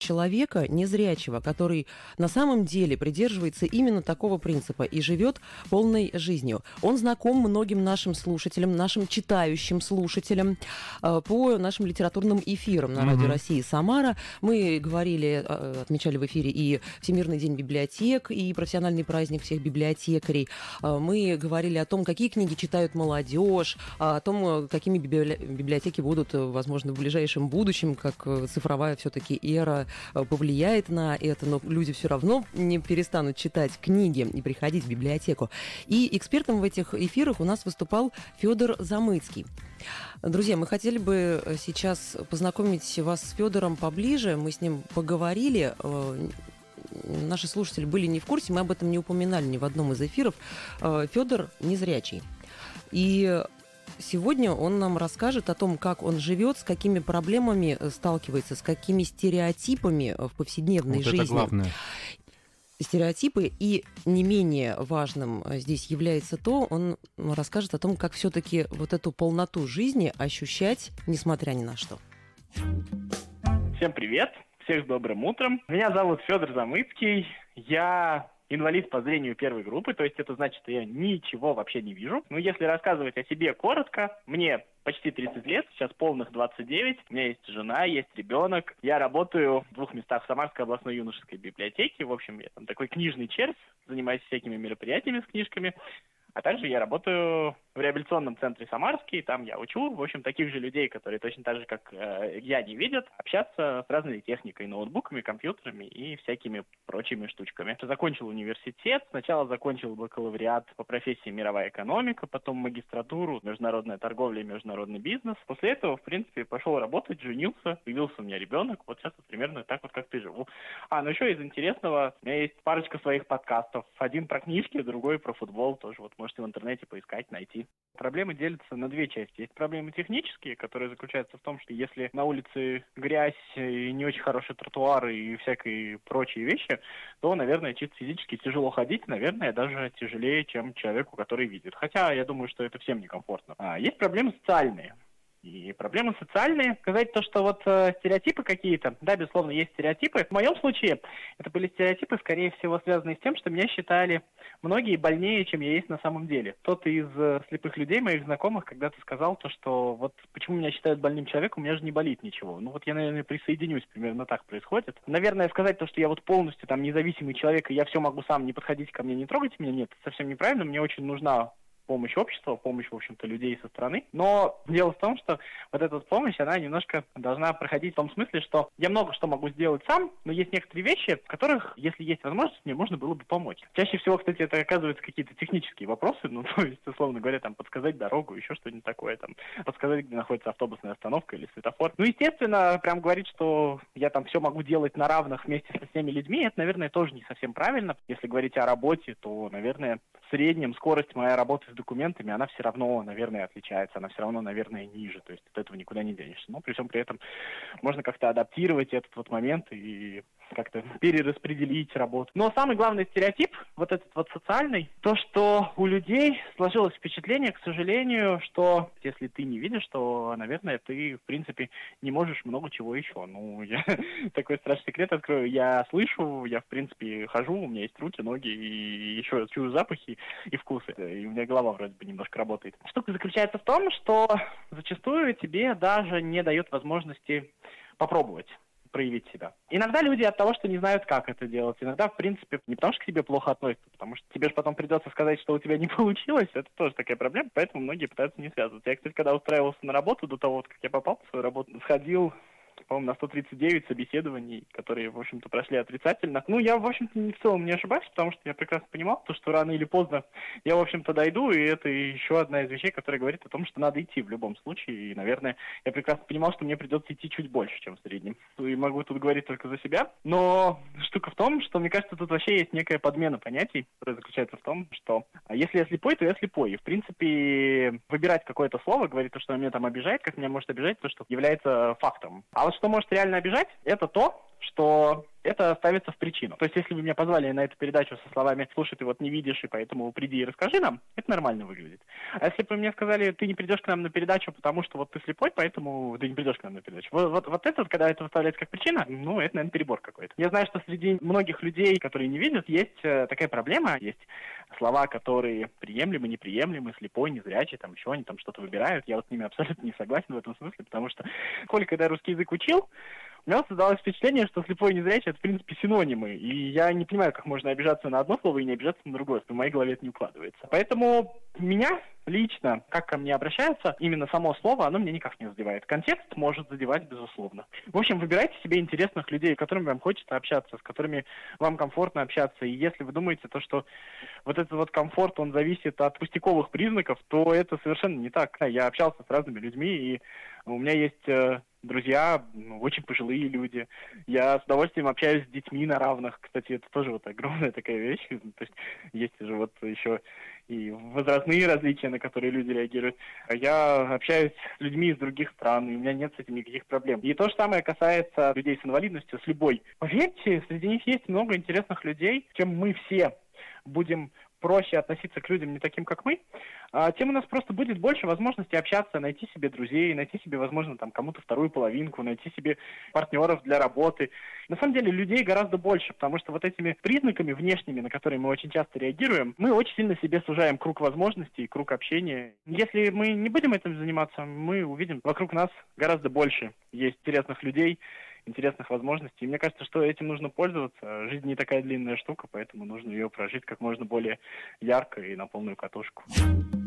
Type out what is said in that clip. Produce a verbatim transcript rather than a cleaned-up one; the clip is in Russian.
человека незрячего, который на самом деле придерживается именно такого принципа и живет полной жизнью. Он знаком многим нашим слушателям, нашим читающим слушателям э, по нашим литературным эфирам на mm-hmm. Радио России Самара. Мы говорили, э, отмечали в эфире и Всемирный день библиотек, и профессиональный праздник всех библиотекарей. Э, мы говорили о том, какие книги читают молодежь, о том, какими библи... библиотеки будут, возможно, в ближайшем будущем, как цифровая все-таки эра повлияет на это, но люди все равно не перестанут читать книги и приходить в библиотеку. И экспертом в этих эфирах у нас выступал Федор Замыцкий. Друзья, мы хотели бы сейчас познакомить вас с Федором поближе. Мы с ним поговорили. Наши слушатели были не в курсе, мы об этом не упоминали ни в одном из эфиров. Федор незрячий. И сегодня он нам расскажет о том, как он живет, с какими проблемами сталкивается, с какими стереотипами в повседневной вот жизни. Это главное. Стереотипы, и не менее важным здесь является то, он расскажет о том, как все-таки вот эту полноту жизни ощущать, несмотря ни на что. Всем привет, всех с добрым утром. Меня зовут Федор Замыцкий, я инвалид по зрению первой группы, то есть это значит, что я ничего вообще не вижу. Но если рассказывать о себе коротко, мне почти тридцать лет, сейчас полных двадцать девять. У меня есть жена, есть ребенок. Я работаю в двух местах в Самарской областной юношеской библиотеке. В общем, я там такой книжный червь, занимаюсь всякими мероприятиями с книжками. А также я работаю в реабилитационном центре Самарский, там я учу, в общем, таких же людей, которые точно так же, как э, я, не видят, общаться с разной техникой, ноутбуками, компьютерами и всякими прочими штучками. Закончил университет, сначала закончил бакалавриат по профессии мировая экономика, потом магистратуру, международная торговля и международный бизнес. После этого, в принципе, пошел работать, женился, появился у меня ребенок, вот сейчас вот примерно так вот, как ты живу. А, ну еще из интересного, у меня есть парочка своих подкастов, один про книжки, другой про футбол, тоже вот можете в интернете поискать, найти. Проблемы делятся на две части. Есть проблемы технические, которые заключаются в том, что если на улице грязь и не очень хорошие тротуары и всякие прочие вещи, то, наверное, чисто физически тяжело ходить, наверное, даже тяжелее, чем человеку, который видит. Хотя я думаю, что это всем некомфортно. А есть проблемы социальные. И проблемы социальные. Сказать то, что вот э, стереотипы какие-то, да, безусловно, есть стереотипы. В моем случае это были стереотипы, скорее всего, связанные с тем, что меня считали многие больнее, чем я есть на самом деле. Кто-то из э, слепых людей, моих знакомых, когда-то сказал то, что вот почему меня считают больным человеком, у меня же не болит ничего. Ну вот я, наверное, присоединюсь, примерно так происходит. Наверное, сказать то, что я вот полностью там независимый человек, и я все могу сам, не подходите ко мне, не трогайте меня, нет, это совсем неправильно. Мне очень нужна помощь общества, помощь, в общем-то, людей со стороны. Но дело в том, что вот эта вот помощь, она немножко должна проходить в том смысле, что я много что могу сделать сам, но есть некоторые вещи, в которых, если есть возможность, мне можно было бы помочь. Чаще всего, кстати, это оказываются какие-то технические вопросы, ну, то есть, условно говоря, там, подсказать дорогу, еще что-нибудь такое, там, подсказать, где находится автобусная остановка или светофор. Ну, естественно, прям говорить, что я там все могу делать на равных вместе со всеми людьми, это, наверное, тоже не совсем правильно. Если говорить о работе, то, наверное, в среднем скорость моей работы с документами, она все равно, наверное, отличается, она все равно, наверное, ниже, то есть от этого никуда не денешься. Но при всем при этом можно как-то адаптировать этот вот момент и как-то перераспределить работу. Но самый главный стереотип, вот этот вот социальный, то, что у людей сложилось впечатление, к сожалению, что если ты не видишь, то, наверное, ты, в принципе, не можешь много чего еще. Ну, я такой страшный секрет открою. Я слышу, я, в принципе, хожу, у меня есть руки, ноги, и еще чую запахи и вкусы. И у меня голова вроде бы немножко работает. Штука заключается в том, что зачастую тебе даже не дает возможности попробовать проявить себя. Иногда люди от того, что не знают, как это делать, иногда, в принципе, не потому что к тебе плохо относятся, потому что тебе же потом придется сказать, что у тебя не получилось, это тоже такая проблема, поэтому многие пытаются не связываться. Я, кстати, когда устраивался на работу, до того, как я попал в свою работу, сходил, по-моему, на сто тридцать девять собеседований, которые, в общем-то, прошли отрицательно. Ну, я, в общем-то, в целом не ошибаюсь, потому что я прекрасно понимал, то, что рано или поздно я, в общем-то, дойду, и это еще одна из вещей, которая говорит о том, что надо идти в любом случае, и, наверное, я прекрасно понимал, что мне придется идти чуть больше, чем в среднем. И могу тут говорить только за себя, но штука в том, что, мне кажется, тут вообще есть некая подмена понятий, которая заключается в том, что если я слепой, то я слепой, и, в принципе, выбирать какое-то слово, говорить то, что меня там обижает, как меня может обижать, то, что является фактом. А вот что может реально обижать, это то, что это это ставится в причину. То есть, если вы меня позвали на эту передачу со словами «слушай, ты вот не видишь, и поэтому приди и расскажи нам», это нормально выглядит. А если бы вы мне сказали «ты не придешь к нам на передачу, потому что вот ты слепой, поэтому ты не придешь к нам на передачу», вот, вот, вот это, когда это выставляется как причина, ну, это, наверное, перебор какой-то. Я знаю, что среди многих людей, которые не видят, есть э, такая проблема, есть слова, которые приемлемы, неприемлемы, слепой, незрячий, там еще они там что-то выбирают. Я вот с ними абсолютно не согласен в этом смысле, потому что, сколько когда я русский язык учил, у меня создалось впечатление, что слепой и незрячий — это, в принципе, синонимы. И я не понимаю, как можно обижаться на одно слово и не обижаться на другое. В моей голове это не укладывается. Поэтому меня лично, как ко мне обращаются, именно само слово, оно меня никак не задевает. Контекст может задевать, безусловно. В общем, выбирайте себе интересных людей, с которыми вам хочется общаться, с которыми вам комфортно общаться. И если вы думаете, то, что вот этот вот комфорт, он зависит от пустяковых признаков, то это совершенно не так. Я общался с разными людьми, и у меня есть э, друзья, ну, очень пожилые люди. Я с удовольствием общаюсь с детьми на равных. Кстати, это тоже вот огромная такая вещь. То есть есть же вот еще и возрастные различия, на которые люди реагируют. Я общаюсь с людьми из других стран, и у меня нет с этим никаких проблем. И то же самое касается людей с инвалидностью, с любой. Поверьте, среди них есть много интересных людей, чем мы все будем проще относиться к людям не таким, как мы, а тем у нас просто будет больше возможностей общаться, найти себе друзей, найти себе, возможно, там кому-то вторую половинку, найти себе партнеров для работы. На самом деле людей гораздо больше, потому что вот этими признаками внешними, на которые мы очень часто реагируем, мы очень сильно себе сужаем круг возможностей, круг общения. Если мы не будем этим заниматься, мы увидим вокруг нас гораздо больше есть интересных людей, интересных возможностей. И мне кажется, что этим нужно пользоваться. Жизнь не такая длинная штука, поэтому нужно ее прожить как можно более ярко и на полную катушку.